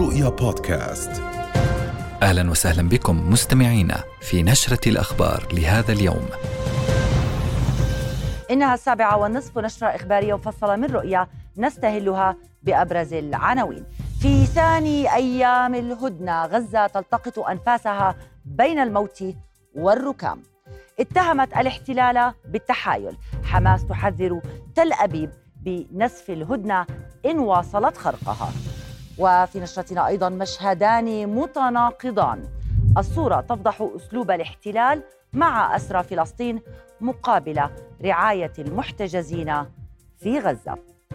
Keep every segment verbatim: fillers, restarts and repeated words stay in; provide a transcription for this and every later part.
رؤيا بودكاست. أهلا وسهلا بكم مستمعينا في نشرة الأخبار لهذا اليوم. إنها السابعة والنصف، نشرة إخبارية مفصلة من رؤيا نستهلها بأبرز العناوين. في ثاني أيام الهدنة، غزة تلتقط أنفاسها بين الموت والركام. اتهمت الاحتلال بالتحايل. حماس تحذر تل أبيب بنسف الهدنة إن واصلت خرقها. وفي نشرتنا أيضا مشهدان متناقضان. الصورة تفضح أسلوب الاحتلال مع أسرى فلسطين مقابل رعاية المحتجزين في غزة.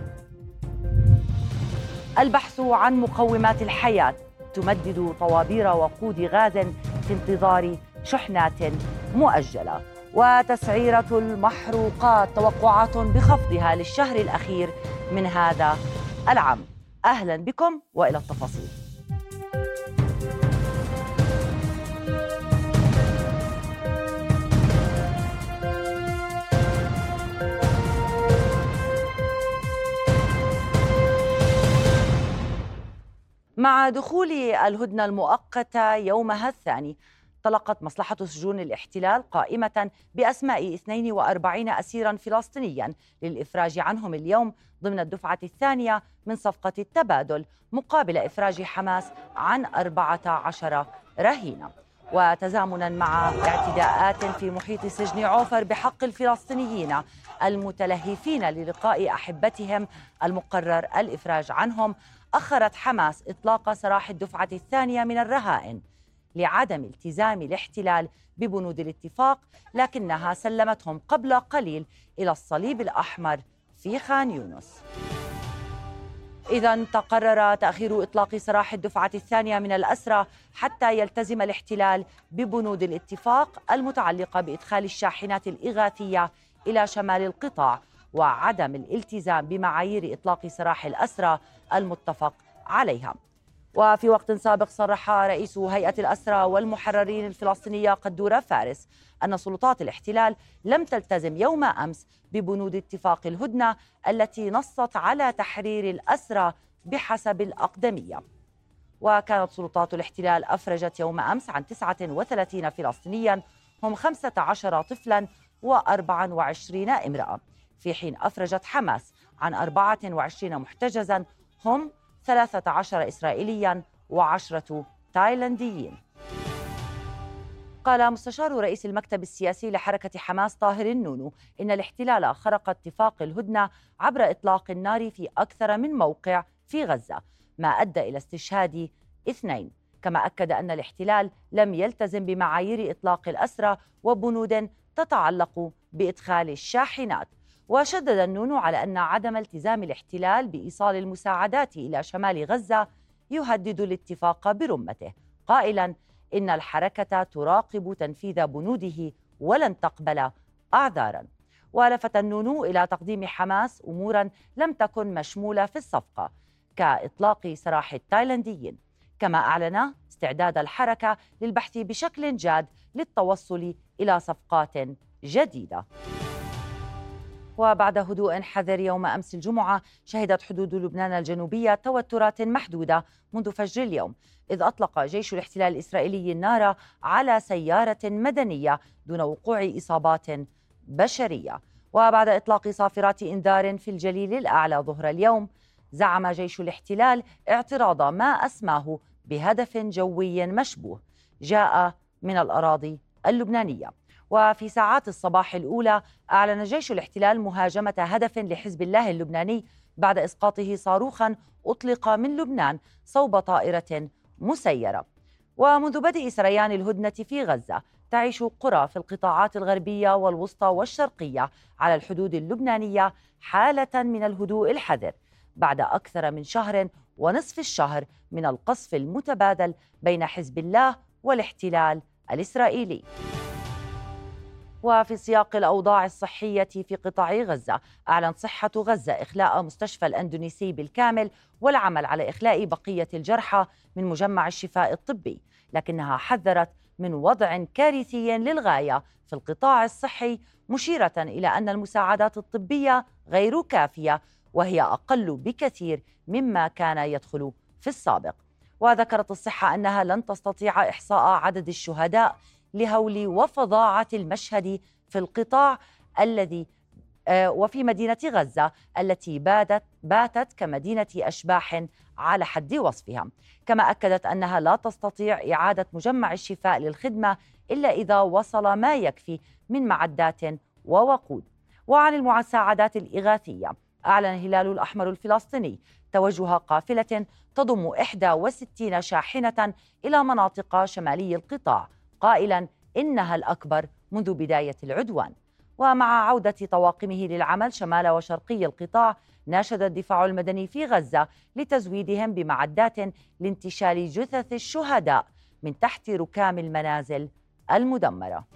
البحث عن مقومات الحياة تمدد طوابير وقود غاز في انتظار شحنات مؤجلة. وتسعيرة المحروقات توقعات بخفضها للشهر الأخير من هذا العام. أهلا بكم وإلى التفاصيل. مع دخول الهدنة المؤقتة يومها الثاني، طلقت مصلحة سجون الاحتلال قائمة بأسماء اثنين وأربعين أسيراً فلسطينياً للإفراج عنهم اليوم ضمن الدفعة الثانية من صفقة التبادل، مقابل إفراج حماس عن أربعة عشر رهينة. وتزامناً مع اعتداءات في محيط سجن عوفر بحق الفلسطينيين المتلهفين للقاء أحبتهم المقرر الإفراج عنهم، أخرت حماس إطلاق سراح الدفعة الثانية من الرهائن لعدم التزام الاحتلال ببنود الاتفاق، لكنها سلمتهم قبل قليل إلى الصليب الأحمر في خان يونس. إذن تقرر تأخير إطلاق سراح الدفعة الثانية من الأسرى حتى يلتزم الاحتلال ببنود الاتفاق المتعلقة بإدخال الشاحنات الإغاثية إلى شمال القطاع، وعدم الالتزام بمعايير إطلاق سراح الأسرى المتفق عليها. وفي وقت سابق صرح رئيس هيئة الأسرى والمحررين الفلسطينية قدورة فارس أن سلطات الاحتلال لم تلتزم يوم أمس ببنود اتفاق الهدنة التي نصت على تحرير الأسرى بحسب الأقدمية. وكانت سلطات الاحتلال أفرجت يوم أمس عن تسعة وثلاثين فلسطينيا، هم خمسة عشر طفلا وأربعة وعشرين امرأة، في حين أفرجت حماس عن أربعة وعشرين محتجزا، هم ثلاثة عشر إسرائيليا وعشرة تايلانديين. قال مستشار رئيس المكتب السياسي لحركة حماس طاهر النونو إن الاحتلال خرق اتفاق الهدنة عبر إطلاق النار في أكثر من موقع في غزة، ما أدى إلى استشهاد اثنين. كما أكد أن الاحتلال لم يلتزم بمعايير إطلاق الأسرى وبنود تتعلق بإدخال الشاحنات. وشدد النونو على أن عدم التزام الاحتلال بإيصال المساعدات إلى شمال غزة يهدد الاتفاق برمته، قائلا إن الحركة تراقب تنفيذ بنوده ولن تقبل أعذارا. ولفت النونو إلى تقديم حماس أمورا لم تكن مشمولة في الصفقة كإطلاق سراح التايلانديين، كما أعلن استعداد الحركة للبحث بشكل جاد للتوصل إلى صفقات جديدة. وبعد هدوء حذر يوم أمس الجمعة، شهدت حدود لبنان الجنوبية توترات محدودة منذ فجر اليوم، إذ أطلق جيش الاحتلال الإسرائيلي النار على سيارة مدنية دون وقوع إصابات بشرية. وبعد إطلاق صافرات إنذار في الجليل الأعلى ظهر اليوم، زعم جيش الاحتلال اعتراض ما أسماه بهدف جوي مشبوه جاء من الأراضي اللبنانية. وفي ساعات الصباح الأولى أعلن جيش الاحتلال مهاجمة هدف لحزب الله اللبناني بعد إسقاطه صاروخا أطلق من لبنان صوب طائرة مسيرة. ومنذ بدء سريان الهدنة في غزة، تعيش قرى في القطاعات الغربية والوسطى والشرقية على الحدود اللبنانية حالة من الهدوء الحذر بعد أكثر من شهر ونصف الشهر من القصف المتبادل بين حزب الله والاحتلال الإسرائيلي. وفي سياق الأوضاع الصحية في قطاع غزة، أعلن صحة غزة إخلاء مستشفى الأندونيسي بالكامل والعمل على إخلاء بقية الجرحى من مجمع الشفاء الطبي، لكنها حذرت من وضع كارثي للغاية في القطاع الصحي، مشيرة إلى أن المساعدات الطبية غير كافية وهي أقل بكثير مما كان يدخل في السابق. وذكرت الصحة أنها لن تستطيع إحصاء عدد الشهداء لهول وفظاعة المشهد في القطاع الذي وفي مدينة غزة التي باتت, باتت كمدينة أشباح على حد وصفها. كما أكدت أنها لا تستطيع إعادة مجمع الشفاء للخدمة إلا إذا وصل ما يكفي من معدات ووقود. وعن المساعدات الإغاثية، أعلن الهلال الأحمر الفلسطيني توجه قافلة تضم إحدى وستين شاحنة إلى مناطق شمالي القطاع، قائلا إنها الأكبر منذ بداية العدوان. ومع عودة طواقمه للعمل شمال وشرقي القطاع، ناشد الدفاع المدني في غزة لتزويدهم بمعدات لانتشال جثث الشهداء من تحت ركام المنازل المدمرة.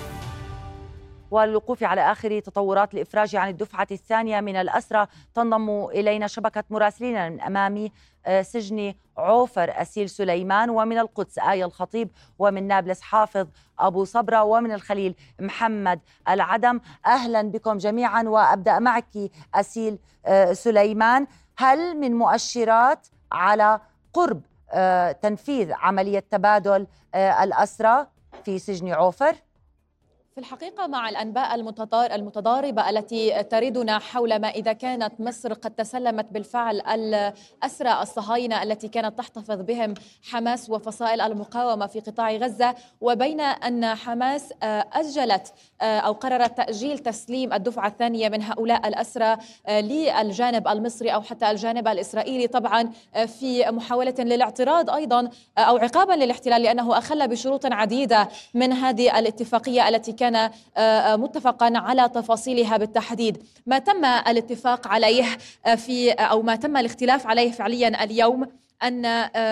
والوقوف على آخر تطورات الإفراج عن الدفعة الثانية من الأسرى، تنضم إلينا شبكة مراسلين من أمام سجن عوفر أسيل سليمان، ومن القدس آية الخطيب، ومن نابلس حافظ أبو صبرة، ومن الخليل محمد العدم. أهلا بكم جميعا، وأبدأ معك أسيل سليمان. هل من مؤشرات على قرب تنفيذ عملية تبادل الأسرى في سجن عوفر؟ في الحقيقة مع الأنباء المتضاربة التي تردنا حول ما إذا كانت مصر قد تسلمت بالفعل الأسرى الصهاينة التي كانت تحتفظ بهم حماس وفصائل المقاومة في قطاع غزة، وبين أن حماس أجلت أو قررت تأجيل تسليم الدفعة الثانية من هؤلاء الأسرى للجانب المصري أو حتى الجانب الإسرائيلي، طبعا في محاولة للاعتراض أيضا أو عقابا للاحتلال، لأنه أخل بشروط عديدة من هذه الاتفاقية التي كان متفقا على تفاصيلها بالتحديد. ما تم الاتفاق عليه في أو ما تم الاختلاف عليه فعليا اليوم أن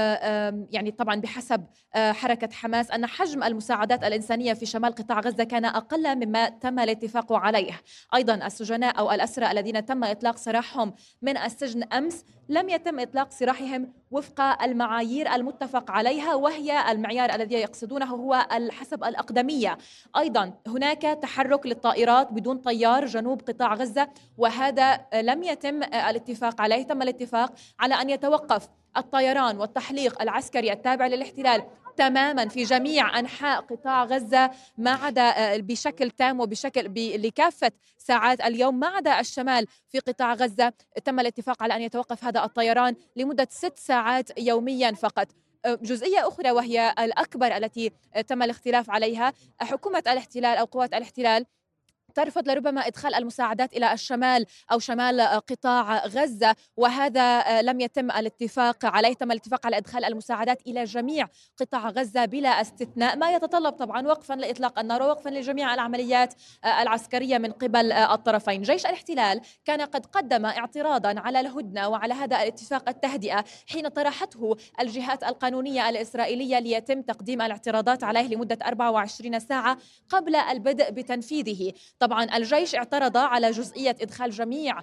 يعني طبعا بحسب حركة حماس أن حجم المساعدات الإنسانية في شمال قطاع غزة كان أقل مما تم الاتفاق عليه. أيضا السجناء أو الأسرى الذين تم إطلاق سراحهم من السجن أمس لم يتم إطلاق سراحهم وفق المعايير المتفق عليها، وهي المعيار الذي يقصدونه هو حسب الأقدمية. أيضا هناك تحرك للطائرات بدون طيار جنوب قطاع غزة، وهذا لم يتم الاتفاق عليه. تم الاتفاق على أن يتوقف الطيران والتحليق العسكري التابع للاحتلال تماما في جميع أنحاء قطاع غزة ما عدا بشكل تام وبشكل لكافة ساعات اليوم ما عدا الشمال في قطاع غزة. تم الاتفاق على أن يتوقف هذا الطيران لمدة ست ساعات يوميا فقط. جزئية أخرى وهي الأكبر التي تم الاختلاف عليها، حكومة الاحتلال أو قوات الاحتلال ترفض لربما إدخال المساعدات إلى الشمال أو شمال قطاع غزة، وهذا لم يتم الاتفاق عليه. تم الاتفاق على إدخال المساعدات إلى جميع قطاع غزة بلا استثناء، ما يتطلب طبعا وقفا لإطلاق النار ووقفا لجميع العمليات العسكرية من قبل الطرفين. جيش الاحتلال كان قد قدم اعتراضا على الهدنة وعلى هذا الاتفاق التهدئة حين طرحته الجهات القانونية الإسرائيلية ليتم تقديم الاعتراضات عليه لمدة أربعة وعشرين ساعة قبل البدء بتنفيذه. طبعا الجيش اعترض على جزئية إدخال جميع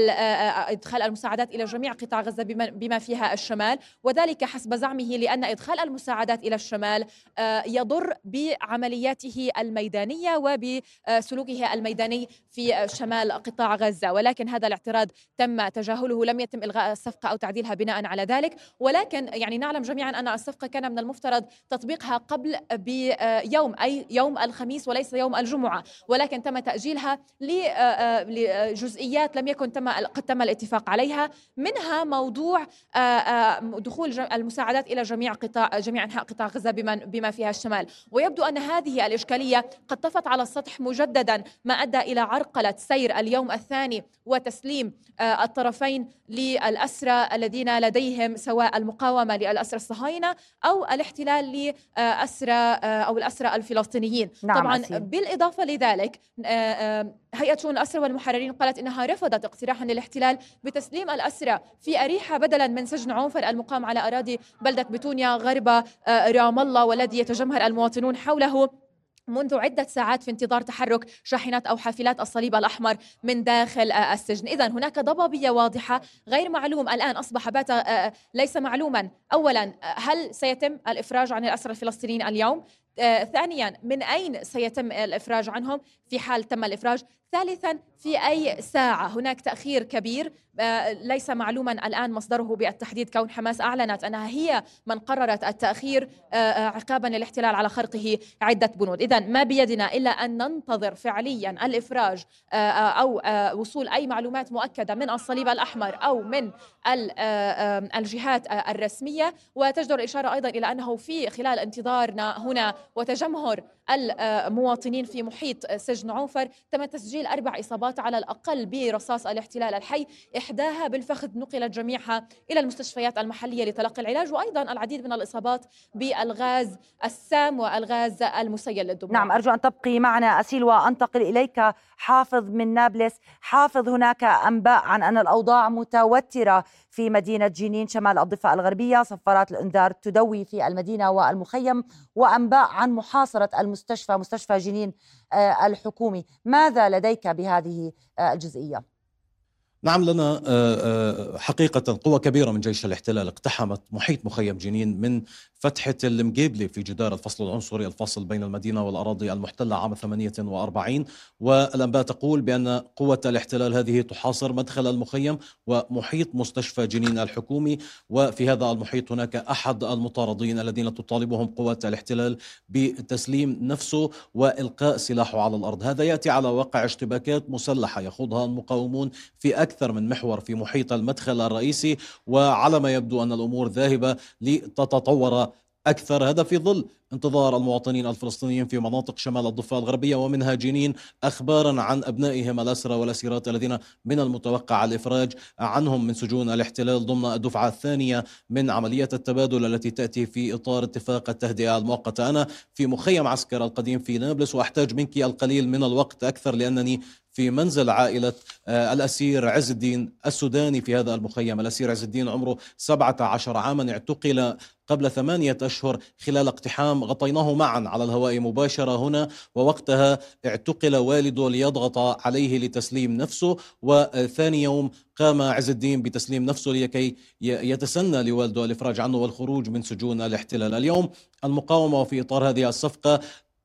إدخال المساعدات إلى جميع قطاع غزة بما فيها الشمال، وذلك حسب زعمه لأن إدخال المساعدات إلى الشمال يضر بعملياته الميدانية وبسلوكه الميداني في شمال قطاع غزة. ولكن هذا الاعتراض تم تجاهله، لم يتم إلغاء الصفقة أو تعديلها بناء على ذلك. ولكن يعني نعلم جميعا أن الصفقة كان من المفترض تطبيقها قبل بيوم أي يوم الخميس وليس يوم الجمعة، ولكن تم تأجيلها لجزئيات لم يكن تم قد تم الاتفاق عليها، منها موضوع دخول المساعدات إلى جميع قطاع جميع أنحاء قطاع غزة بما فيها الشمال. ويبدو أن هذه الإشكالية قد طفت على السطح مجددا، ما أدى إلى عرقلة سير اليوم الثاني وتسليم الطرفين للأسرى الذين لديهم سواء المقاومة للأسرى الصهاينة أو الاحتلال لأسرى أو الأسرى الفلسطينيين. نعم طبعا أسير. بالإضافة لذلك هيئة شؤون الأسرى والمحررين قالت إنها رفضت اقتراحا للاحتلال بتسليم الأسرى في أريحة بدلا من سجن عوفر المقام على أراضي بلدة بتونيا غرب رام الله، والذي يتجمهر المواطنون حوله منذ عدة ساعات في انتظار تحرك شاحنات أو حافلات الصليب الأحمر من داخل السجن. إذن هناك ضبابية واضحة، غير معلوم الآن أصبح بات ليس معلوما أولا هل سيتم الإفراج عن الأسرى الفلسطينيين اليوم، آه، ثانيا، من أين سيتم الإفراج عنهم في حال تم الإفراج؟ ثالثا، في أي ساعة؟ هناك تأخير كبير آه، ليس معلوما الآن مصدره بالتحديد، كون حماس أعلنت أنها هي من قررت التأخير آه، آه، عقابا للاحتلال على خرقه عدة بنود. إذن ما بيدنا إلا أن ننتظر فعليا الإفراج آه، آه، أو آه، وصول أي معلومات مؤكدة من الصليب الأحمر أو من ال- آه، آه، الجهات آه، الرسمية. وتجدر الإشارة أيضا إلى أنه في خلال انتظارنا هنا وتجمهر المواطنين في محيط سجن عوفر تم تسجيل أربع إصابات على الأقل برصاص الاحتلال الحي، إحداها بالفخذ، نقلت جميعها إلى المستشفيات المحلية لتلقي العلاج، وأيضا العديد من الإصابات بالغاز السام والغاز المسيل للدموع. نعم، أرجو أن تبقي معنا أسيل وأنتقل إليك حافظ من نابلس. حافظ، هناك أنباء عن أن الأوضاع متوترة في مدينة جنين شمال الضفة الغربية، صفارات الإنذار تدوي في المدينة والمخيم، وأنباء عن محاصرة المستشفى مستشفى جنين الحكومي. ماذا لديك بهذه الجزئية؟ نعم، لنا حقيقة قوة كبيرة من جيش الاحتلال اقتحمت محيط مخيم جنين من فتحة المقيبلة في جدار الفصل العنصري الفاصل بين المدينة والأراضي المحتلة عام ثمانية وأربعين، والأنباء تقول بأن قوة الاحتلال هذه تحاصر مدخل المخيم ومحيط مستشفى جنين الحكومي. وفي هذا المحيط هناك أحد المطاردين الذين تطالبهم قوة الاحتلال بتسليم نفسه وإلقاء سلاحه على الأرض. هذا يأتي على واقع اشتباكات مسلحة يخوضها المقاومون في أكثر من محور في محيط المدخل الرئيسي، وعلى ما يبدو أن الأمور ذاهبة لتتطور أكثر، هذا في ظل انتظار المواطنين الفلسطينيين في مناطق شمال الضفة الغربية ومنها جنين أخبارا عن أبنائهم الأسرى والأسيرات الذين من المتوقع الإفراج عنهم من سجون الاحتلال ضمن الدفعة الثانية من عملية التبادل التي تأتي في إطار اتفاق التهدئة المؤقتة. أنا في مخيم عسكر القديم في نابلس وأحتاج منك القليل من الوقت أكثر لأنني في منزل عائلة الأسير عز الدين السوداني في هذا المخيم. الأسير عز الدين عمره سبعة عشر عاما، اعتقل قبل ثمانية أشهر خلال اقتحام غطيناه معا على الهواء مباشرة هنا، ووقتها اعتقل والده ليضغط عليه لتسليم نفسه، وثاني يوم قام عز الدين بتسليم نفسه لكي يتسنى لوالده الإفراج عنه والخروج من سجون الاحتلال. اليوم المقاومة في إطار هذه الصفقة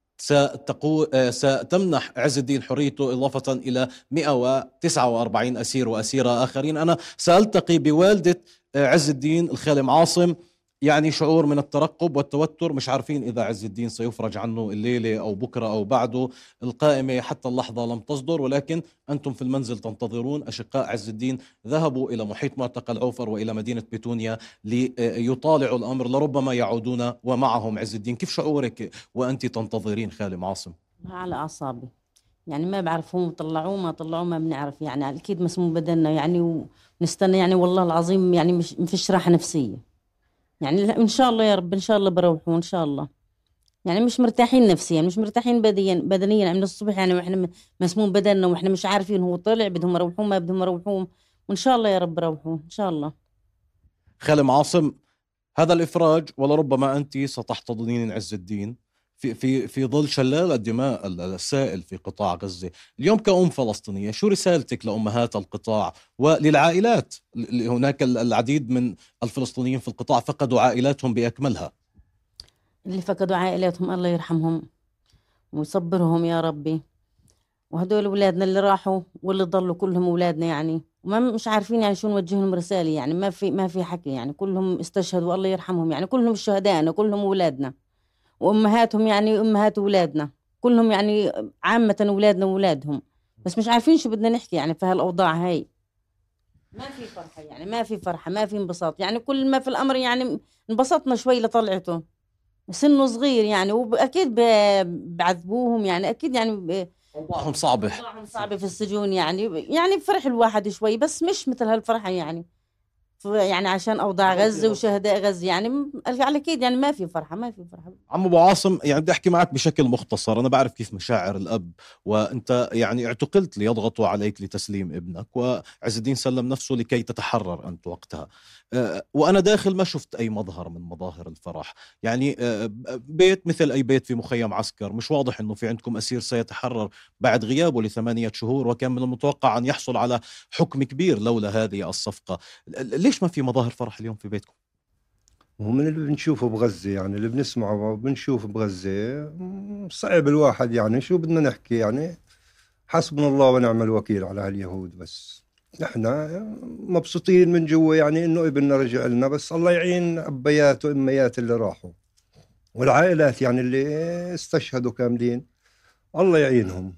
ستقو... ستمنح عز الدين حريته إضافة إلى مئة وتسعة وأربعين أسير وأسيرة آخرين. أنا سألتقي بوالدة عز الدين الخالم عاصم، يعني شعور من الترقب والتوتر، مش عارفين إذا عز الدين سيفرج عنه الليلة أو بكرة أو بعده. القائمة حتى اللحظة لم تصدر، ولكن أنتم في المنزل تنتظرون. أشقاء عز الدين ذهبوا إلى محيط معتقل عوفر وإلى مدينة بيتونيا ليطالعوا الأمر، لربما يعودون ومعهم عز الدين. كيف شعورك وأنت تنتظرين خالم عاصم؟ على أعصابي، يعني ما بعرف هم طلعوه ما طلعوه ما بنعرف، يعني أكيد مسموم بدلنا يعني، ونستنى يعني والله العظيم يعني مش مفيش راحة نفسية يعني. إن شاء الله يا رب إن شاء الله بروحوا إن شاء الله، يعني مش مرتاحين نفسيا مش مرتاحين بدنيا بدنيا يعني من الصبح يعني وإحنا مسموم بدلنا وإحنا مش عارفين هو طلع بدهم يروحون ما بدهم يروحون، وإن شاء الله يا رب روحوا إن شاء الله. خالم عاصم، هذا الإفراج ولربما أنت ستحتضنين عز الدين في في في ظل شلال الدماء السائل في قطاع غزة. اليوم كأم فلسطينية شو رسالتك لأمهات القطاع وللعائلات؟ هناك العديد من الفلسطينيين في القطاع فقدوا عائلاتهم بأكملها. اللي فقدوا عائلاتهم الله يرحمهم ويصبرهم يا ربي، وهدول أولادنا اللي راحوا واللي ضلوا كلهم أولادنا يعني، وما مش عارفين يعني شو نوجه لهم رسالة يعني، ما في ما في حكي يعني، كلهم استشهدوا الله يرحمهم يعني، كلهم شهدائنا كلهم أولادنا وأمهاتهم يعني أمهات أولادنا كلهم يعني عامة أولادنا وأولادهم، بس مش عارفين شو بدنا نحكي يعني في هالأوضاع هاي. ما في فرحة يعني ما في فرحة ما في انبساط يعني، كل ما في الأمر يعني انبسطنا شوي لطلعته، سنه صغير يعني، وأكيد بعذبوهم يعني أكيد يعني أوضاعهم صعبة أوضاعهم صعبة في السجون يعني، يعني فرح الواحد شوي بس مش مثل هالفرحة يعني، يعني عشان أوضاع غزة وشهداء غزة يعني على أكيد يعني ما في فرحة ما في فرحة. عم أبو عاصم، يعني بدي أحكي معك بشكل مختصر، أنا بعرف كيف مشاعر الأب، وأنت يعني اعتقلت ليضغطوا عليك لتسليم ابنك، وعز الدين سلم نفسه لكي تتحرر أنت وقتها. أه وأنا داخل ما شفت أي مظهر من مظاهر الفرح، يعني أه بيت مثل أي بيت في مخيم عسكر، مش واضح أنه في عندكم أسير سيتحرر بعد غيابه لثمانية شهور، وكان من المتوقع أن يحصل على حكم كبير لولا هذه الصفقة. ليش ما في مظاهر فرح اليوم في بيتكم؟ ومن اللي بنشوفه بغزة، يعني اللي بنسمعه وبنشوفه بغزة صعب الواحد، يعني شو بدنا نحكي، يعني حسبنا الله ونعم الوكيل على هاليهود. بس احنا مبسوطين من جوا، يعني انه ابننا رجع لنا، بس الله يعين ابيات واميات اللي راحوا والعائلات يعني اللي استشهدوا كاملين، الله يعينهم.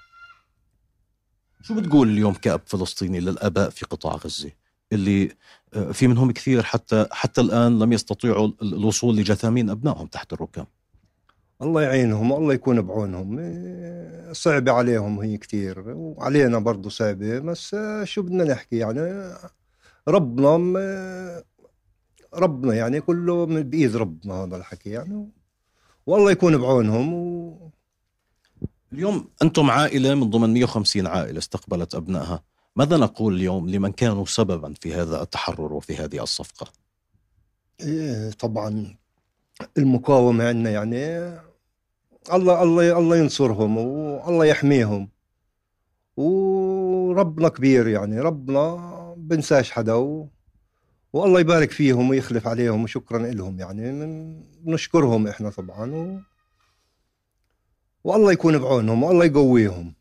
شو بتقول اليوم كأب فلسطيني للآباء في قطاع غزة اللي آه، في منهم كثير حتى حتى الآن لم يستطيعوا ال- الوصول لجثامين أبنائهم تحت الركام؟ الله يعينهم والله يكون بعونهم. إيه، صعبة عليهم هي كتير، وعلينا برضو صعبة، بس آه، شو بدنا نحكي يعني، ربنا م- ربنا يعني كله من بإيد ربنا هذا الحكي يعني، والله يكون بعونهم و... اليوم أنتم عائلة من ضمن مئة وخمسين عائلة استقبلت أبنائها، ماذا نقول اليوم لمن كانوا سببا في هذا التحرر وفي هذه الصفقة؟ إيه طبعا المقاومة عندنا يعني، الله الله الله ينصرهم والله يحميهم، وربنا كبير يعني، ربنا بنساش حدا و... والله يبارك فيهم ويخلف عليهم، وشكرا لهم يعني، من... بنشكرهم احنا طبعا و... والله يكون بعونهم والله يقويهم.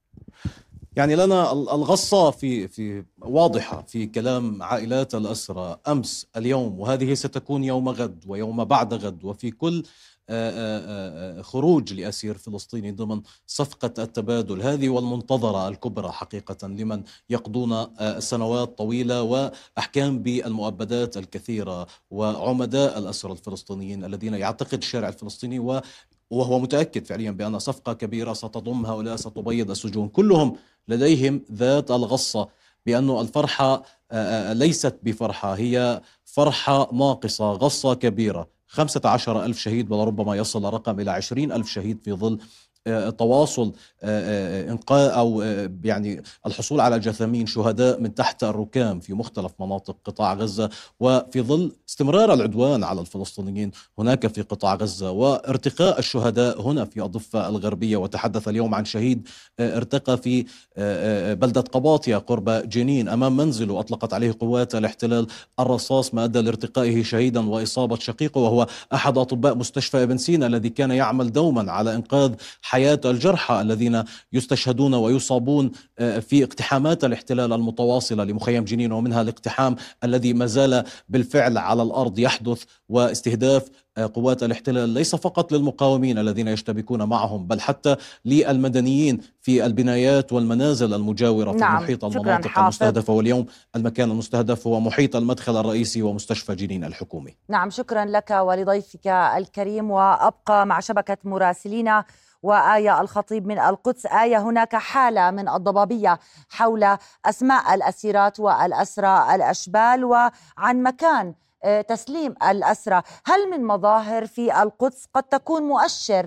يعني لنا ال- الغصة في في واضحة في كلام عائلات الأسرى أمس اليوم، وهذه ستكون يوم غد ويوم بعد غد، وفي كل آه، آه، آه، خروج لأسير فلسطيني ضمن صفقة التبادل هذه والمنتظرة الكبرى حقيقة لمن يقضون آه، سنوات طويلة وأحكام بالمؤبدات الكثيرة، وعمداء الأسرى الفلسطينيين الذين يعتقد الشارع الفلسطيني و وهو متأكد فعليا بأن صفقة كبيرة ستضم هؤلاء، ستبيض السجون، كلهم لديهم ذات الغصة بأن الفرحة آه، آه، ليست بفرحة، هي فرحة ناقصة، غصة كبيرة. خمسة عشر ألف شهيد ولربما يصل الرقم إلى عشرين ألف شهيد في ظل آه، تواصل آه، آه، إنقاذ أو آه، يعني الحصول على جثامين شهداء من تحت الركام في مختلف مناطق قطاع غزة، وفي ظل استمرار العدوان على الفلسطينيين هناك في قطاع غزة، وارتقاء الشهداء هنا في الضفة الغربية. وتحدث اليوم عن شهيد آه، ارتقى في آه، آه، بلدة قباطية قرب جنين أمام منزله أطلقت عليه قوات الاحتلال الرصاص، ما أدى لارتقائه شهيدا وإصابة شقيقه، وهو أحد أطباء مستشفى ابن سينا الذي كان يعمل دوما على إنقاذ حياة الجرحى الذين يستشهدون ويصابون في اقتحامات الاحتلال المتواصلة لمخيم جنين، ومنها الاقتحام الذي ما زال بالفعل على الأرض يحدث، واستهداف قوات الاحتلال ليس فقط للمقاومين الذين يشتبكون معهم بل حتى للمدنيين في البنايات والمنازل المجاورة في نعم، محيط شكراً المناطق حافظ. المستهدفة. واليوم المكان المستهدف هو محيط المدخل الرئيسي ومستشفى جنين الحكومي. نعم، شكرا لك ولضيفك الكريم. وأبقى مع شبكة مراسلين وآية الخطيب من القدس. آية، هناك حالة من الضبابية حول أسماء الأسيرات والأسرى الأشبال وعن مكان تسليم الأسرى. هل من مظاهر في القدس قد تكون مؤشر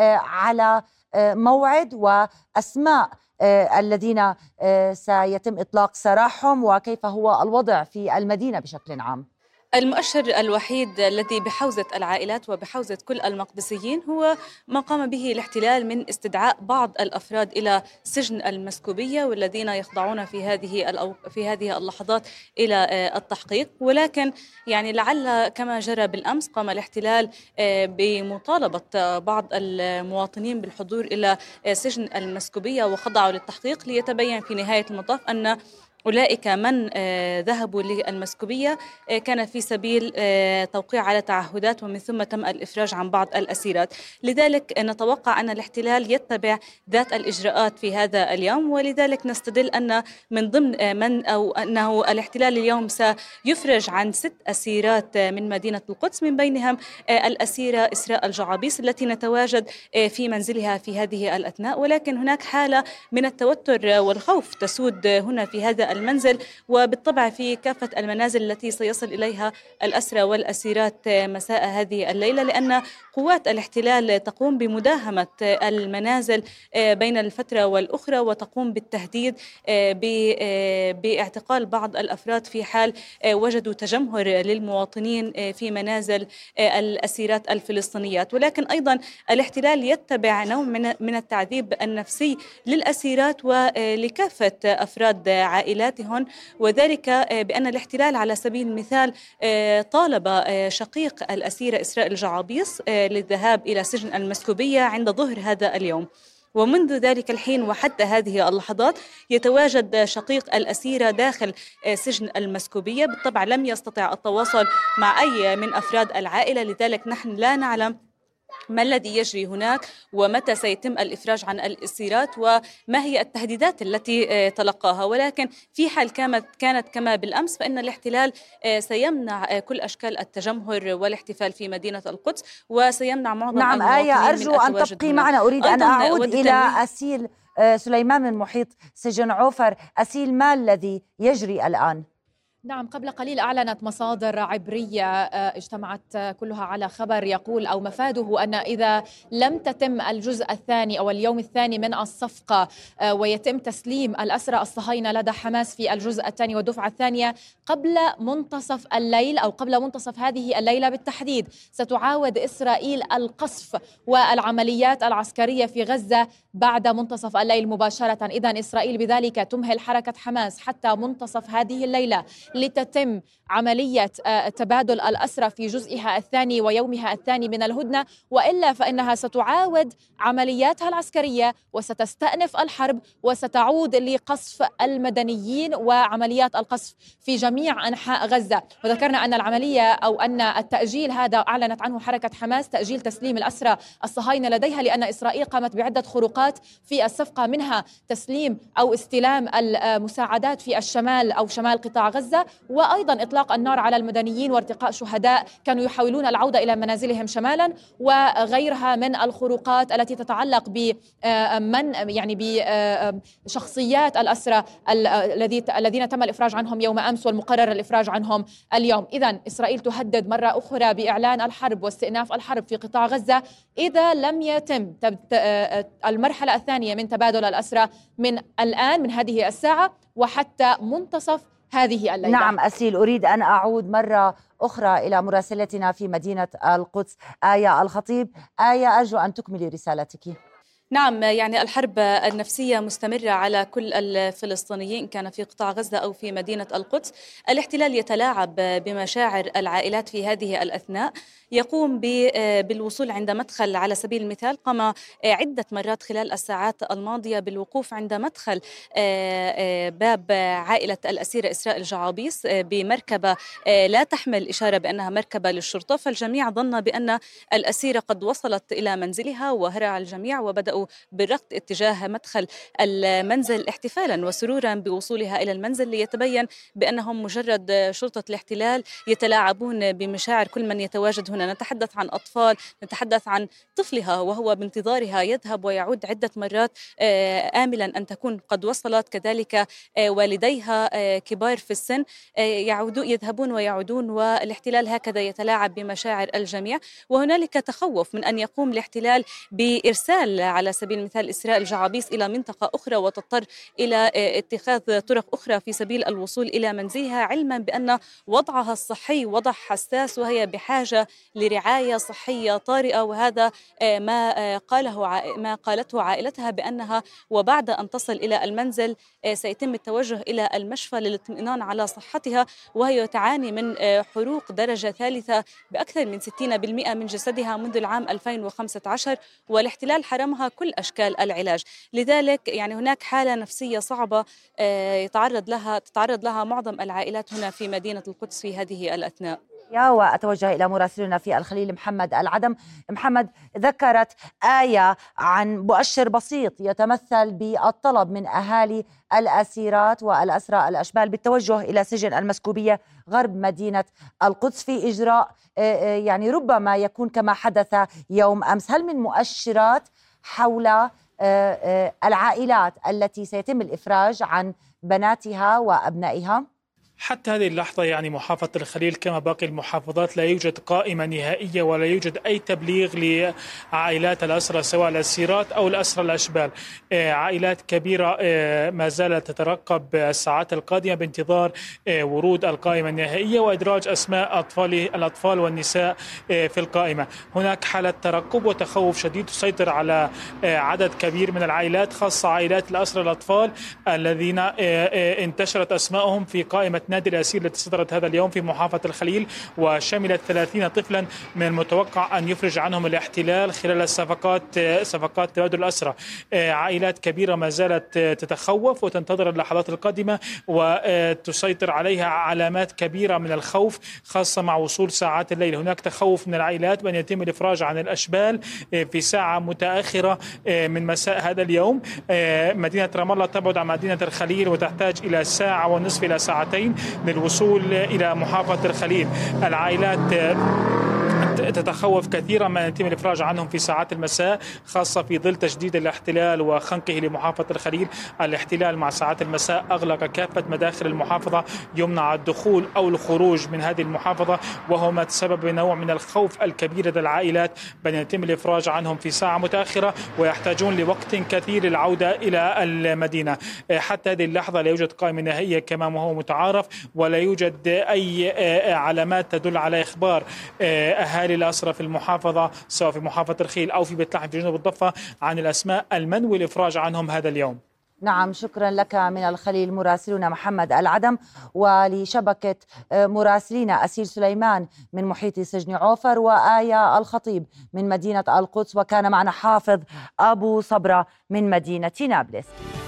على موعد وأسماء الذين سيتم إطلاق سراحهم، وكيف هو الوضع في المدينة بشكل عام؟ المؤشر الوحيد الذي بحوزة العائلات وبحوزة كل المقدسيين هو ما قام به الاحتلال من استدعاء بعض الأفراد إلى سجن المسكوبية، والذين يخضعون في هذه في هذه اللحظات إلى التحقيق. ولكن يعني لعل كما جرى بالأمس قام الاحتلال بمطالبة بعض المواطنين بالحضور إلى سجن المسكوبية وخضعوا للتحقيق، ليتبين في نهاية المطاف أن أولئك من ذهبوا للمسكوبية كان في سبيل توقيع على تعهدات، ومن ثم تم الإفراج عن بعض الأسيرات. لذلك نتوقع أن الاحتلال يتبع ذات الإجراءات في هذا اليوم، ولذلك نستدل أن من ضمن من أو أنه الاحتلال اليوم سيفرج عن ست أسيرات من مدينة القدس، من بينهم الأسيرة إسراء الجعابيس التي نتواجد في منزلها في هذه الأثناء. ولكن هناك حالة من التوتر والخوف تسود هنا في هذا المنزل، وبالطبع في كافة المنازل التي سيصل إليها الأسرى والأسيرات مساء هذه الليلة، لأن قوات الاحتلال تقوم بمداهمة المنازل بين الفترة والأخرى، وتقوم بالتهديد باعتقال بعض الأفراد في حال وجدوا تجمهر للمواطنين في منازل الأسيرات الفلسطينيات. ولكن أيضا الاحتلال يتبع نوع من التعذيب النفسي للأسيرات ولكافة أفراد عائلات عائلاتهم، وذلك بأن الاحتلال على سبيل المثال طالب شقيق الأسيرة إسراء الجعابيص للذهاب إلى سجن المسكوبية عند ظهر هذا اليوم. ومنذ ذلك الحين وحتى هذه اللحظات يتواجد شقيق الأسيرة داخل سجن المسكوبية. بالطبع لم يستطع التواصل مع أي من أفراد العائلة، لذلك نحن لا نعلم ما الذي يجري هناك ومتى سيتم الإفراج عن الأسيرات وما هي التهديدات التي تلقاها. ولكن في حال كانت كانت كما بالأمس فإن الاحتلال سيمنع كل أشكال التجمهر والاحتفال في مدينة القدس، وسيمنع معظم نعم آية، أرجو أن تبقي معنا. أريد أن أعود إلى أسيل سليمان من محيط سجن عوفر. أسيل، ما الذي يجري الآن؟ نعم، قبل قليل أعلنت مصادر عبرية اجتمعت كلها على خبر يقول أو مفاده أن إذا لم تتم الجزء الثاني أو اليوم الثاني من الصفقة ويتم تسليم الأسرى الصهاينة لدى حماس في الجزء الثاني والدفعة الثانية قبل منتصف الليل أو قبل منتصف هذه الليلة بالتحديد، ستعاود إسرائيل القصف والعمليات العسكرية في غزة بعد منتصف الليل مباشرة. إذن إسرائيل بذلك تمهل حركة حماس حتى منتصف هذه الليلة لتتم عملية تبادل الأسرى في جزئها الثاني ويومها الثاني من الهدنة، وإلا فإنها ستعاود عملياتها العسكرية وستستأنف الحرب وستعود لقصف المدنيين وعمليات القصف في جميع أنحاء غزة. وذكرنا أن العملية أو أن التأجيل هذا أعلنت عنه حركة حماس، تأجيل تسليم الأسرى الصهاينة لديها، لأن إسرائيل قامت بعدة خروقات في الصفقة، منها تسليم أو استلام المساعدات في الشمال أو شمال قطاع غزة، وأيضا إطلاق النار على المدنيين وارتقاء شهداء كانوا يحاولون العودة إلى منازلهم شمالا، وغيرها من الخروقات التي تتعلق بمن يعني بشخصيات الأسرى الذين تم الإفراج عنهم يوم أمس والمقرر الإفراج عنهم اليوم. إذن إسرائيل تهدد مرة أخرى بإعلان الحرب واستئناف الحرب في قطاع غزة إذا لم يتم المرحلة الثانية من تبادل الأسرى من الآن من هذه الساعة وحتى منتصف هذه الليلة. نعم أسيل، أريد أن أعود مرة أخرى إلى مراسلتنا في مدينة القدس آية الخطيب. آية، أرجو أن تكملي رسالتك. نعم، يعني الحرب النفسية مستمرة على كل الفلسطينيين كان في قطاع غزة أو في مدينة القدس. الاحتلال يتلاعب بمشاعر العائلات في هذه الأثناء، يقوم بالوصول عند مدخل، على سبيل المثال قام عدة مرات خلال الساعات الماضية بالوقوف عند مدخل باب عائلة الأسيرة إسراء الجعابيص بمركبة لا تحمل إشارة بأنها مركبة للشرطة، فالجميع ظن بأن الأسيرة قد وصلت إلى منزلها، وهرع الجميع وبدأوا بالركض اتجاه مدخل المنزل احتفالا وسرورا بوصولها إلى المنزل، ليتبين بأنهم مجرد شرطة الاحتلال يتلاعبون بمشاعر كل من يتواجد هنا. نتحدث عن أطفال، نتحدث عن طفلها وهو بانتظارها يذهب ويعود عدة مرات آملا أن تكون قد وصلت، كذلك والديها كبار في السن يعودون يذهبون ويعودون، والاحتلال هكذا يتلاعب بمشاعر الجميع. وهنالك تخوف من أن يقوم الاحتلال بإرسال على سبيل المثال إسراء الجعابيص إلى منطقة أخرى وتضطر إلى اتخاذ طرق أخرى في سبيل الوصول إلى منزلها، علما بأن وضعها الصحي وضع حساس وهي بحاجة لرعاية صحية طارئة. وهذا ما قاله ما قالته عائلتها، بأنها وبعد أن تصل إلى المنزل سيتم التوجه إلى المشفى للاطمئنان على صحتها، وهي تعاني من حروق درجة ثالثة بأكثر من ستين بالمئة من جسدها منذ العام ألفين وخمسة عشر، والاحتلال حرمها كل أشكال العلاج. لذلك يعني هناك حالة نفسية صعبة يتعرض لها تتعرض لها معظم العائلات هنا في مدينة القدس في هذه الأثناء. وأتوجه إلى مراسلنا في الخليل محمد العدم. محمد، ذكرت آية عن مؤشر بسيط يتمثل بالطلب من أهالي الأسيرات والأسرى الأشبال بالتوجه إلى سجن المسكوبية غرب مدينة القدس في إجراء يعني ربما يكون كما حدث يوم أمس. هل من مؤشرات حول العائلات التي سيتم الإفراج عن بناتها وأبنائها؟ حتى هذه اللحظة يعني محافظة الخليل كما باقي المحافظات لا يوجد قائمة نهائية ولا يوجد أي تبليغ لعائلات الأسرى سواء الأسيرات أو الأسرى الأشبال. عائلات كبيرة ما زالت تترقب الساعات القادمة بانتظار ورود القائمة النهائية وإدراج أسماء أطفال الأطفال والنساء في القائمة. هناك حالة ترقب وتخوف شديد تسيطر على عدد كبير من العائلات، خاصة عائلات الأسرى الأطفال الذين انتشرت أسماءهم في قائمة نادي الأسير التي صدرت هذا اليوم في محافظة الخليل، وشملت ثلاثين طفلا من المتوقع أن يفرج عنهم الاحتلال خلال الصفقات صفقات تبادل الأسرى. عائلات كبيرة ما زالت تتخوف وتنتظر اللحظات القادمة وتسيطر عليها علامات كبيرة من الخوف، خاصة مع وصول ساعات الليل. هناك تخوف من العائلات بأن يتم الإفراج عن الأشبال في ساعة متأخرة من مساء هذا اليوم. مدينة رام الله تبعد عن مدينة الخليل وتحتاج إلى ساعة ونصف إلى ساعتين للوصول إلى محافظة الخليل. العائلات تتخوف كثيرا ما يتم الإفراج عنهم في ساعات المساء، خاصة في ظل تشديد الاحتلال وخنقه لمحافظة الخليل. الاحتلال مع ساعات المساء أغلق كافة مداخل المحافظة، يمنع الدخول أو الخروج من هذه المحافظة، وهو ما تسبب بنوع من الخوف الكبير لدى العائلات بأن يتم الإفراج عنهم في ساعة متأخرة ويحتاجون لوقت كثير للعودة إلى المدينة. حتى هذه اللحظة لا يوجد قائمة نهائية كما هو متعارف، ولا يوجد أي علامات تدل على إخبار أهالي الأسرى في المحافظة سواء في محافظة الخليل أو في بيت لحم في جنوب الضفة عن الأسماء المنوي الإفراج عنهم هذا اليوم. نعم، شكرا لك من الخليل مراسلنا محمد العدم، ولشبكة مراسلين أسيل سليمان من محيط سجن عوفر وآية الخطيب من مدينة القدس، وكان معنا حافظ أبو صبرة من مدينة نابلس.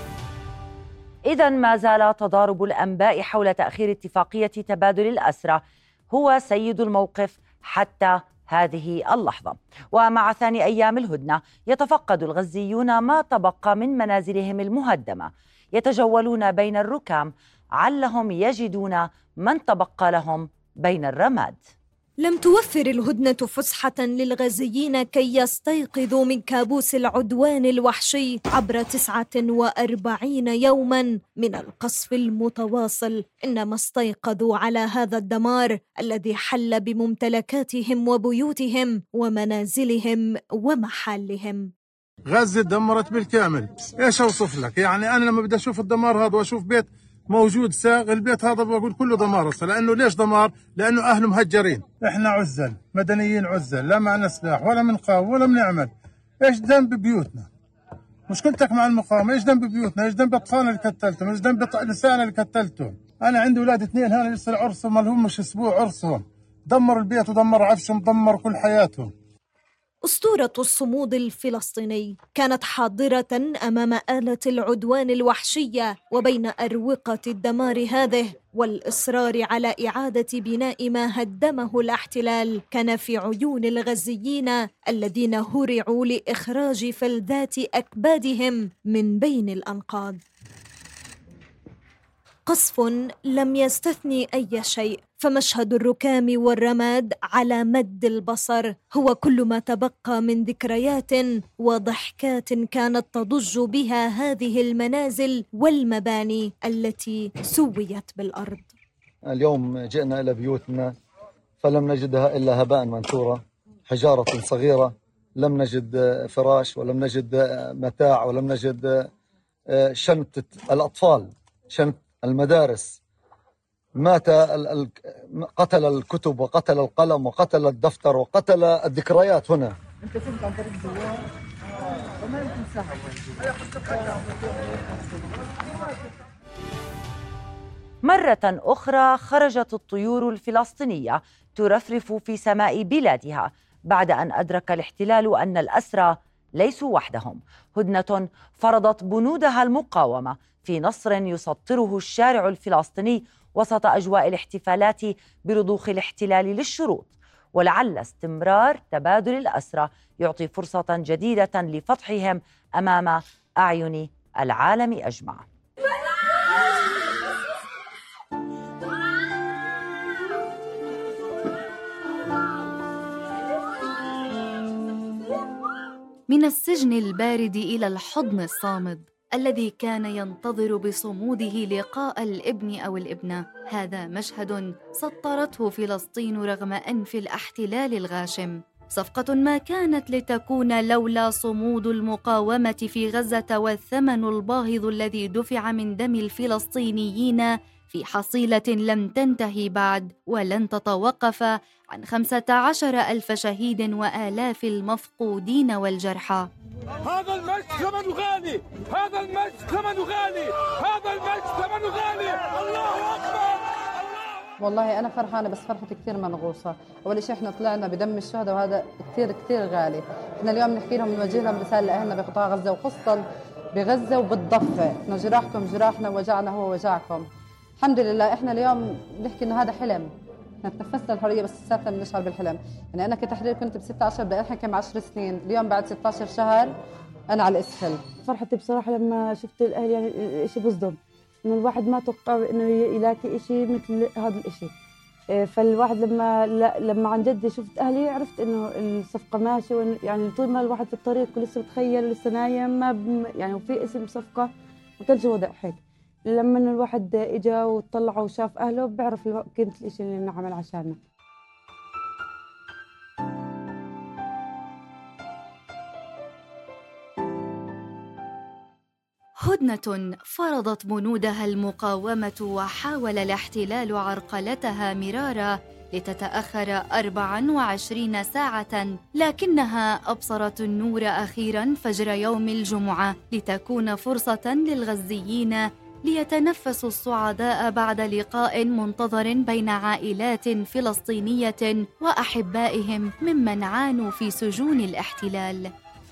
إذن ما زال تضارب الأنباء حول تأخير اتفاقية تبادل الأسرى هو سيد الموقف حتى هذه اللحظة. ومع ثاني أيام الهدنة يتفقد الغزيون ما تبقى من منازلهم المهدمة، يتجولون بين الركام علهم يجدون من تبقى لهم بين الرماد. لم توفر الهدنة فسحة للغزيين كي يستيقظوا من كابوس العدوان الوحشي عبر تسعة وأربعين يوما من القصف المتواصل، إنما استيقظوا على هذا الدمار الذي حل بممتلكاتهم وبيوتهم ومنازلهم ومحلهم. غزة دمرت بالكامل. ايش اوصف لك؟ يعني انا لما بدي اشوف الدمار هذا واشوف بيت موجود ساغ، البيت هذا بقول كله دمار اصلا. لانه ليش دمار؟ لانه اهله مهجرين. احنا عزل، مدنيين عزل، لا معنا سلاح ولا بنقاوم ولا بنعمل. ايش ذنب بيوتنا؟ مشكلتك مع المقاومه، ايش ذنب بيوتنا؟ ايش ذنب اطفالنا اللي قتلتهم؟ ايش ذنب نسائنا اللي قتلتهم؟ انا عندي اولاد اثنين هنا لسه عرسهم ما لهم مش اسبوع عرسهم. دمر البيت ودمر عفشهم، دمر كل حياتهم. أسطورة الصمود الفلسطيني كانت حاضرة أمام آلة العدوان الوحشية، وبين أروقة الدمار هذه والإصرار على إعادة بناء ما هدمه الاحتلال كان في عيون الغزيين الذين هرعوا لإخراج فلذات أكبادهم من بين الأنقاض. قصف لم يستثني أي شيء، فمشهد الركام والرماد على مد البصر هو كل ما تبقى من ذكريات وضحكات كانت تضج بها هذه المنازل والمباني التي سويت بالأرض. اليوم جئنا إلى بيوتنا فلم نجدها إلا هباء منثورا، حجارة صغيرة، لم نجد فراش ولم نجد متاع ولم نجد شنطة الأطفال، شنطة المدارس. مات قتل الكتب وقتل القلم وقتل الدفتر وقتل الذكريات هنا. انت كنت عن طريق الزوار وما يمكن سهل. مرة أخرى خرجت الطيور الفلسطينية ترفرف في سماء بلادها بعد أن أدرك الاحتلال أن الأسرى ليسوا وحدهم. هدنة فرضت بنودها المقاومة في نصر يسطره الشارع الفلسطيني وسط أجواء الاحتفالات برضوخ الاحتلال للشروط، ولعل استمرار تبادل الأسرى يعطي فرصة جديدة لفتحهم أمام أعين العالم أجمع. من السجن البارد إلى الحضن الصامد، الذي كان ينتظر بصموده لقاء الابن أو الابنة. هذا مشهد سطرته فلسطين رغم أنف الاحتلال الغاشم. صفقة ما كانت لتكون لولا صمود المقاومة في غزة والثمن الباهظ الذي دفع من دم الفلسطينيين في حصيلة لم تنتهي بعد ولن تتوقف عن خمسة عشر ألف شهيد وآلاف المفقودين والجرحى. هذا المجد ثمنه غالي، هذا المجد ثمنه غالي، هذا المجد ثمنه غالي. الله أكبر. والله أنا فرحانة بس فرحتي كثير منغوصة. أول شيء إحنا طلعنا بدم الشهداء وهذا كثير كثير غالي. إحنا اليوم نحكي لهم نوجه لهم رسالة لأهلنا بقطاع غزة وخصوصا بغزة وبالضفة، إحنا جراحكم جراحنا ووجعنا هو وجعكم. الحمد لله إحنا اليوم بنحكي إنه هذا حلم. إحنا تنفسنا الحرية بس لساتنا بنشعر بالحلم. يعني أنا كتحرير كنت ب ستة عشر بدي أحكي مع عشر سنين، اليوم بعد ستة عشر شهر أنا على الأسفل. فرحتي بصراحة لما شفت الأهل، يعني الإشي بصدم إنه الواحد ما توقع إنه يلاقي إشي مثل هذا الإشي. فالواحد لما لما عن جد شفت أهلي عرفت إنه الصفقة ماشية، يعني طول ما الواحد في الطريق ولسه بتخيل ولسه نايم ما ب... يعني وفي اسم صفقة ما كانش وضع هيك. لما الواحد اجا وطلع وشاف اهله بيعرف قيمه الشيء اللي انعمل عشانه. هدنة فرضت بنودها المقاومة وحاول الاحتلال عرقلتها مرارا لتتأخر أربع وعشرين ساعة، لكنها أبصرت النور أخيراً فجر يوم الجمعة لتكون فرصة للغزيين ليتنفسوا الصعداء بعد لقاء منتظر بين عائلات فلسطينية وأحبائهم ممن عانوا في سجون الاحتلال.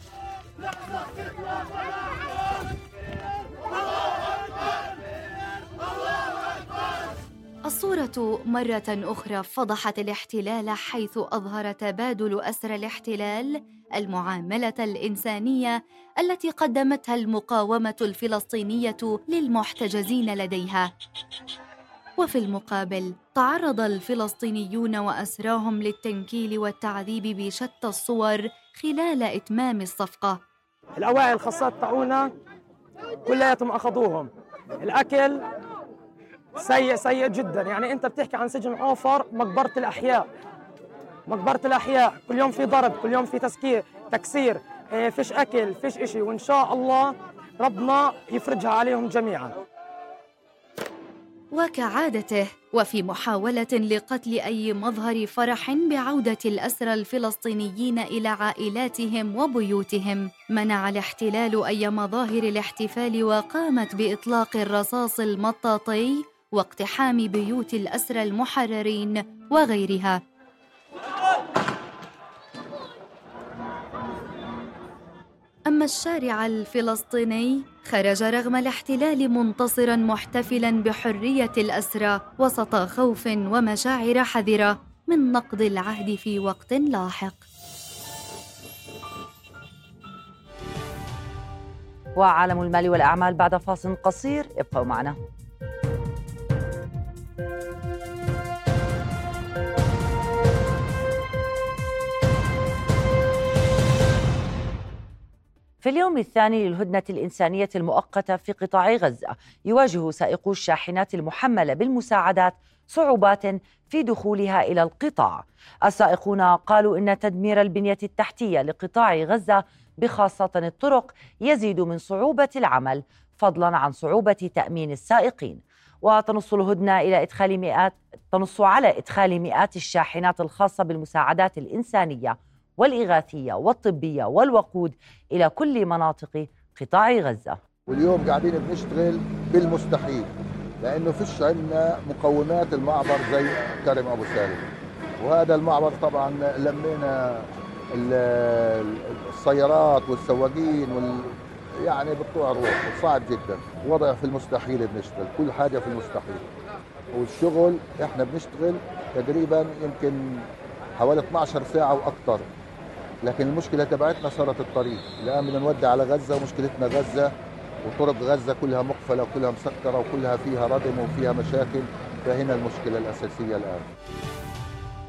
الصورة مرة أخرى فضحت الاحتلال، حيث أظهر تبادل أسرى الاحتلال المعاملة الإنسانية التي قدمتها المقاومة الفلسطينية للمحتجزين لديها. وفي المقابل تعرض الفلسطينيون وأسراهم للتنكيل والتعذيب بشتى الصور خلال إتمام الصفقة. الأواعي الخاصات تاعونا كلياتهم أخذوهم. الأكل سيء سيء جدا، يعني أنت بتحكي عن سجن عوفر مقبرة الأحياء، مقبرة الأحياء، كل يوم في ضرب، كل يوم في تسكير تكسير، فيش أكل فيش إشي، وإن شاء الله ربنا يفرجها عليهم جميعا. وكعادته وفي محاولة لقتل أي مظهر فرح بعودة الأسرى الفلسطينيين إلى عائلاتهم وبيوتهم، منع الاحتلال أي مظاهر الاحتفال وقامت بإطلاق الرصاص المطاطي واقتحام بيوت الأسرى المحررين وغيرها. أما الشارع الفلسطيني خرج رغم الاحتلال منتصراً محتفلاً بحرية الأسرى وسط خوف ومشاعر حذرة من نقض العهد في وقت لاحق. وعالم المال والأعمال بعد فاصل قصير، ابقوا معنا. في اليوم الثاني للهدنة الإنسانية المؤقتة في قطاع غزة، يواجه سائقو الشاحنات المحملة بالمساعدات صعوبات في دخولها إلى القطاع. السائقون قالوا إن تدمير البنية التحتية لقطاع غزة بخاصة الطرق يزيد من صعوبة العمل، فضلاً عن صعوبة تأمين السائقين. وتنص الهدنة إلى إدخال مئات تنص على إدخال مئات الشاحنات الخاصة بالمساعدات الإنسانية والإغاثية والطبية والوقود إلى كل مناطق قطاع غزة. واليوم قاعدين بنشتغل بالمستحيل، لأنه فيش عندنا مقومات المعبر زي كرم أبو سالم، وهذا المعبر طبعا لمينا السيارات والسواقين وال يعني بقطوع الروح، وصعب جدا، وضع في المستحيل بنشتغل، كل حاجة في المستحيل. والشغل احنا بنشتغل تقريبا يمكن حوالي اثنعش ساعة وأكثر، لكن المشكلة تبعتنا صارت الطريق. الآن بدنا نودع على غزة، ومشكلتنا غزة وطرق غزة كلها مقفلة وكلها مسكرة وكلها فيها ردم وفيها مشاكل، فهنا المشكلة الأساسية الآن.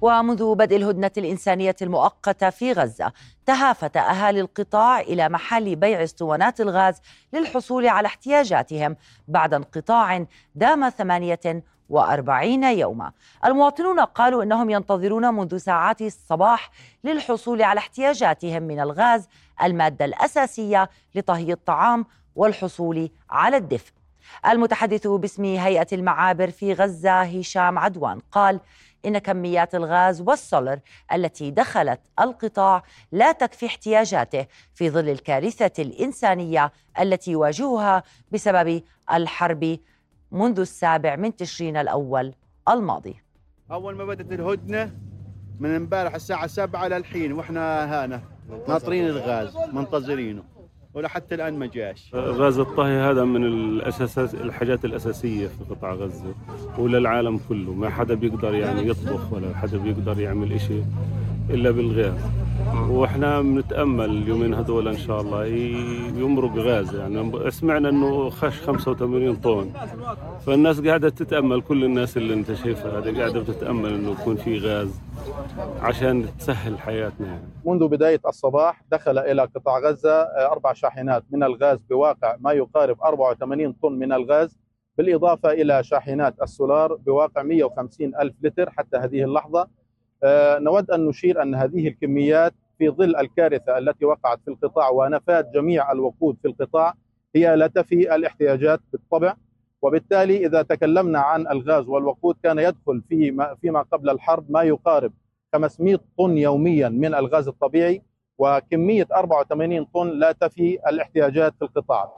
ومنذ بدء الهدنة الإنسانية المؤقتة في غزة تهافت أهالي القطاع إلى محل بيع اسطوانات الغاز للحصول على احتياجاتهم بعد انقطاع دام ثمانية وأربعين يوما. المواطنون قالوا إنهم ينتظرون منذ ساعات الصباح للحصول على احتياجاتهم من الغاز، المادة الأساسية لطهي الطعام والحصول على الدفء. المتحدث باسم هيئة المعابر في غزة هشام عدوان قال إن كميات الغاز والسولر التي دخلت القطاع لا تكفي احتياجاته في ظل الكارثة الإنسانية التي يواجهها بسبب الحرب منذ السابع من تشرين الأول الماضي. أول ما بدأت الهدنة من امبارح الساعة سبعة للحين وإحنا هنا ناطرين الغاز منتظرينه ولحتى الآن ما جاش. غاز الطهي هذا من الأساس الحاجات الأساسية في قطاع غزة وللعالم كله، ما حدا بيقدر يعني يطبخ ولا حدا بيقدر يعمل إشي إلا بالغاز، واحنا بنتامل اليومين هذول ان شاء الله يمرق غاز. يعني سمعنا انه خش خمسة وثمانين طن، فالناس قاعده تتامل، كل الناس اللي انت شايفها هذه قاعده بتتامل انه يكون في غاز عشان تسهل حياتنا. يعني منذ بدايه الصباح دخل الى قطاع غزه اربع شاحنات من الغاز بواقع ما يقارب أربعة وثمانين طن من الغاز، بالاضافه الى شاحنات السولار بواقع مئة وخمسين ألف لتر حتى هذه اللحظه. أه نود أن نشير أن هذه الكميات في ظل الكارثة التي وقعت في القطاع ونفاذ جميع الوقود في القطاع هي لا تفي الاحتياجات بالطبع، وبالتالي إذا تكلمنا عن الغاز والوقود كان يدخل فيما, فيما قبل الحرب ما يقارب خمسمئة طن يوميا من الغاز الطبيعي، وكمية أربعة وثمانين طن لا تفي الاحتياجات في القطاع.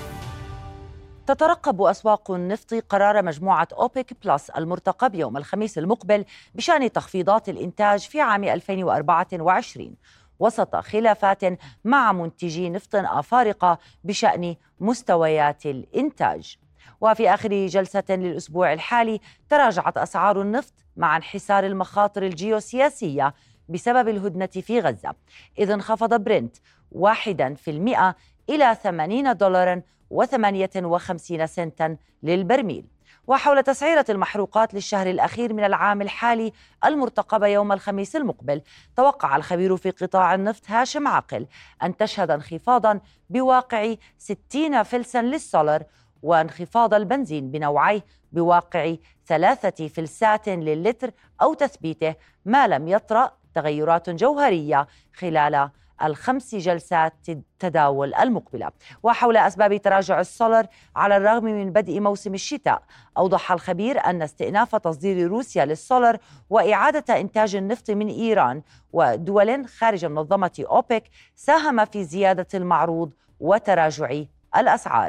تترقب أسواق النفط قرار مجموعة أوبك بلس المرتقب يوم الخميس المقبل بشأن تخفيضات الإنتاج في عام ألفين وأربعة وعشرين وسط خلافات مع منتجي نفط أفارقة بشأن مستويات الإنتاج. وفي آخر جلسة للأسبوع الحالي تراجعت أسعار النفط مع انحسار المخاطر الجيوسياسية بسبب الهدنة في غزة، إذ انخفض برنت واحدا في المئة إلى ثمانين دولارا وثمانية وخمسين سنتا للبرميل. وحول تسعيرة المحروقات للشهر الأخير من العام الحالي المرتقبة يوم الخميس المقبل، توقع الخبير في قطاع النفط هاشم عاقل أن تشهد انخفاضا بواقع ستين فلسا للسولر، وانخفاض البنزين بنوعيه بواقع ثلاثة فلسات للتر أو تثبيته ما لم يطرأ تغيرات جوهرية خلال الخمس جلسات التداول المقبلة. وحول أسباب تراجع السولر على الرغم من بدء موسم الشتاء، أوضح الخبير أن استئناف تصدير روسيا للسولر وإعادة إنتاج النفط من إيران ودول خارج منظمة أوبك ساهم في زيادة المعروض وتراجع الأسعار.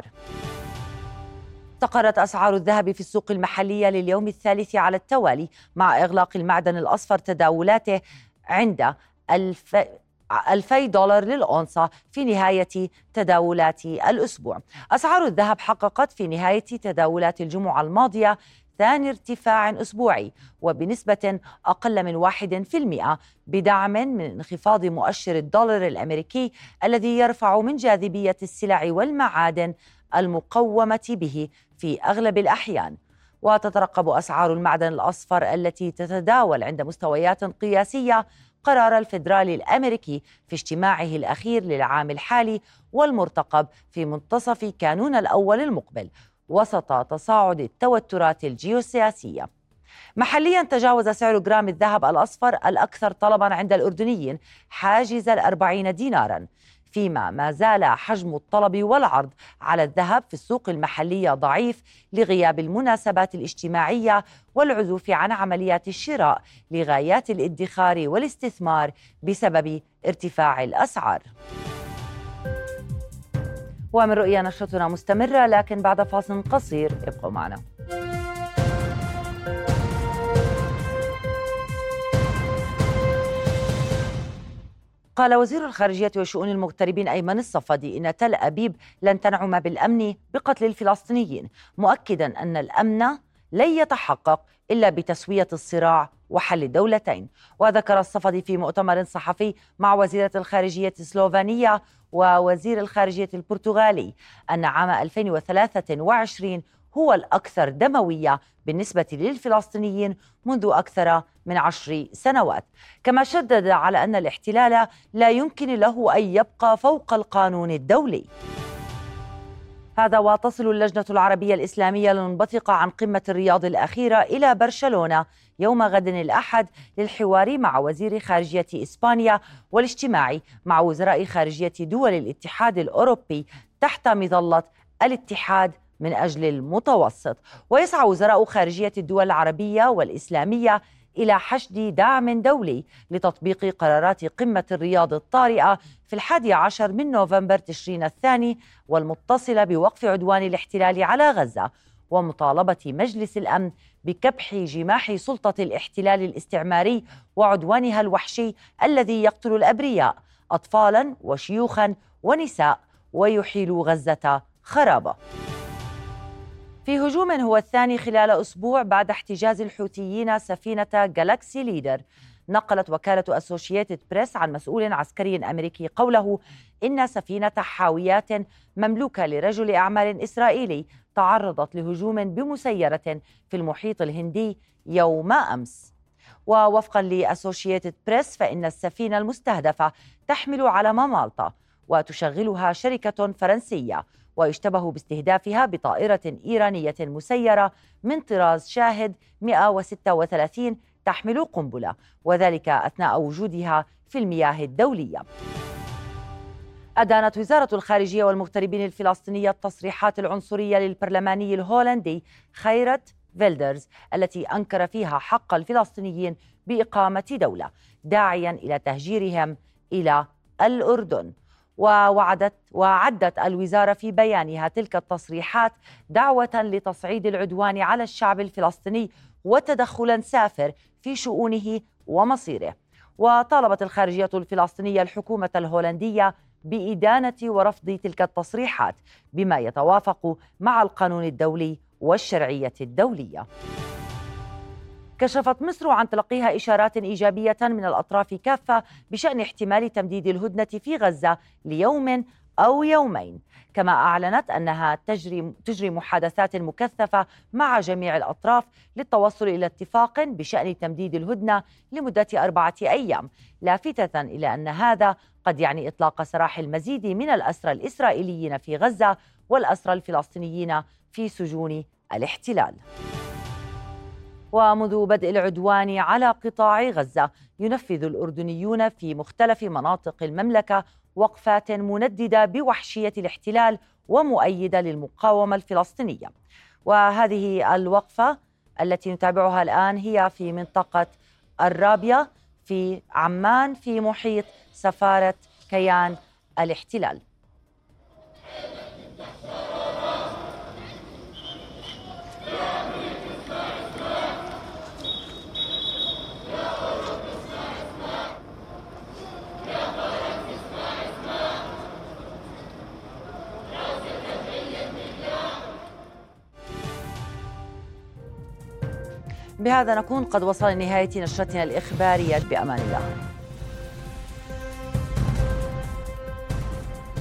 استقرت أسعار الذهب في السوق المحلية لليوم الثالث على التوالي مع إغلاق المعدن الأصفر تداولاته عند الف... ألفي دولار للأونصة في نهاية تداولات الأسبوع. أسعار الذهب حققت في نهاية تداولات الجمعة الماضية ثاني ارتفاع أسبوعي وبنسبة أقل من واحد في المئة، بدعم من انخفاض مؤشر الدولار الأمريكي الذي يرفع من جاذبية السلع والمعادن المقومة به في أغلب الأحيان. وتترقب أسعار المعدن الأصفر التي تتداول عند مستويات قياسية قرار الفيدرالي الأمريكي في اجتماعه الأخير للعام الحالي والمرتقب في منتصف كانون الأول المقبل وسط تصاعد التوترات الجيوسياسية. محليا تجاوز سعر جرام الذهب الأصفر الأكثر طلبا عند الأردنيين حاجز الأربعين دينارا، فيما ما زال حجم الطلب والعرض على الذهب في السوق المحلية ضعيف لغياب المناسبات الاجتماعية والعزوف عن عمليات الشراء لغايات الادخار والاستثمار بسبب ارتفاع الأسعار. ومن رؤيا نشرتنا مستمرة لكن بعد فاصل قصير، ابقوا معنا. قال وزير الخارجية وشؤون المغتربين أيمن الصفدي إن تل أبيب لن تنعم بالأمن بقتل الفلسطينيين، مؤكدا أن الأمن لن يتحقق إلا بتسوية الصراع وحل الدولتين. وذكر الصفدي في مؤتمر صحفي مع وزيرة الخارجية السلوفانية ووزير الخارجية البرتغالي أن عام ألفين وثلاثة وعشرين هو الأكثر دموية بالنسبة للفلسطينيين منذ أكثر من عشر سنوات. كما شدد على أن الاحتلال لا يمكن له أن يبقى فوق القانون الدولي. هذا وتصل اللجنة العربية الإسلامية المنبثقة عن قمة الرياض الأخيرة إلى برشلونة يوم غد الأحد للحوار مع وزير خارجية إسبانيا والاجتماع مع وزراء خارجية دول الاتحاد الأوروبي تحت مظلة الاتحاد من أجل المتوسط. ويسعى وزراء خارجية الدول العربية والإسلامية إلى حشد دعم دولي لتطبيق قرارات قمة الرياض الطارئة في الحادي عشر من نوفمبر تشرين الثاني والمتصلة بوقف عدوان الاحتلال على غزة، ومطالبة مجلس الأمن بكبح جماح سلطة الاحتلال الاستعماري وعدوانها الوحشي الذي يقتل الأبرياء أطفالا وشيوخا ونساء ويحيل غزة خرابة. في هجوم هو الثاني خلال أسبوع بعد احتجاز الحوثيين سفينة جالاكسي ليدر، نقلت وكالة أسوشيتد بريس عن مسؤول عسكري أمريكي قوله إن سفينة حاويات مملوكة لرجل أعمال إسرائيلي تعرضت لهجوم بمسيرة في المحيط الهندي يوم أمس. ووفقا لأسوشيتد بريس فإن السفينة المستهدفة تحمل علم مالطا وتشغلها شركة فرنسية، ويشتبه باستهدافها بطائرة إيرانية مسيرة من طراز شاهد مئة وستة وثلاثين تحمل قنبلة، وذلك أثناء وجودها في المياه الدولية. أدانت وزارة الخارجية والمغتربين الفلسطينية التصريحات العنصرية للبرلماني الهولندي خيرت فيلدرز التي أنكر فيها حق الفلسطينيين بإقامة دولة، داعيا إلى تهجيرهم إلى الأردن. ووعدت وعدت الوزارة في بيانها تلك التصريحات دعوة لتصعيد العدوان على الشعب الفلسطيني وتدخلا سافر في شؤونه ومصيره. وطالبت الخارجية الفلسطينية الحكومة الهولندية بإدانة ورفض تلك التصريحات بما يتوافق مع القانون الدولي والشرعية الدولية. كشفت مصر عن تلقيها إشارات إيجابية من الأطراف كافة بشأن احتمال تمديد الهدنة في غزة ليوم أو يومين، كما أعلنت أنها تجري, تجري محادثات مكثفة مع جميع الأطراف للتوصل إلى اتفاق بشأن تمديد الهدنة لمدة أربعة أيام، لافتة إلى أن هذا قد يعني إطلاق سراح المزيد من الأسرى الإسرائيليين في غزة والأسرى الفلسطينيين في سجون الاحتلال. ومنذ بدء العدوان على قطاع غزة ينفذ الأردنيون في مختلف مناطق المملكة وقفات منددة بوحشية الاحتلال ومؤيدة للمقاومة الفلسطينية. وهذه الوقفة التي نتابعها الآن هي في منطقة الرابية في عمان في محيط سفارة كيان الاحتلال. بهذا نكون قد وصل لنهاية نشرتنا الإخبارية، بأمان الله.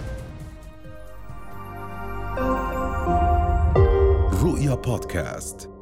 رؤيا بودكاست.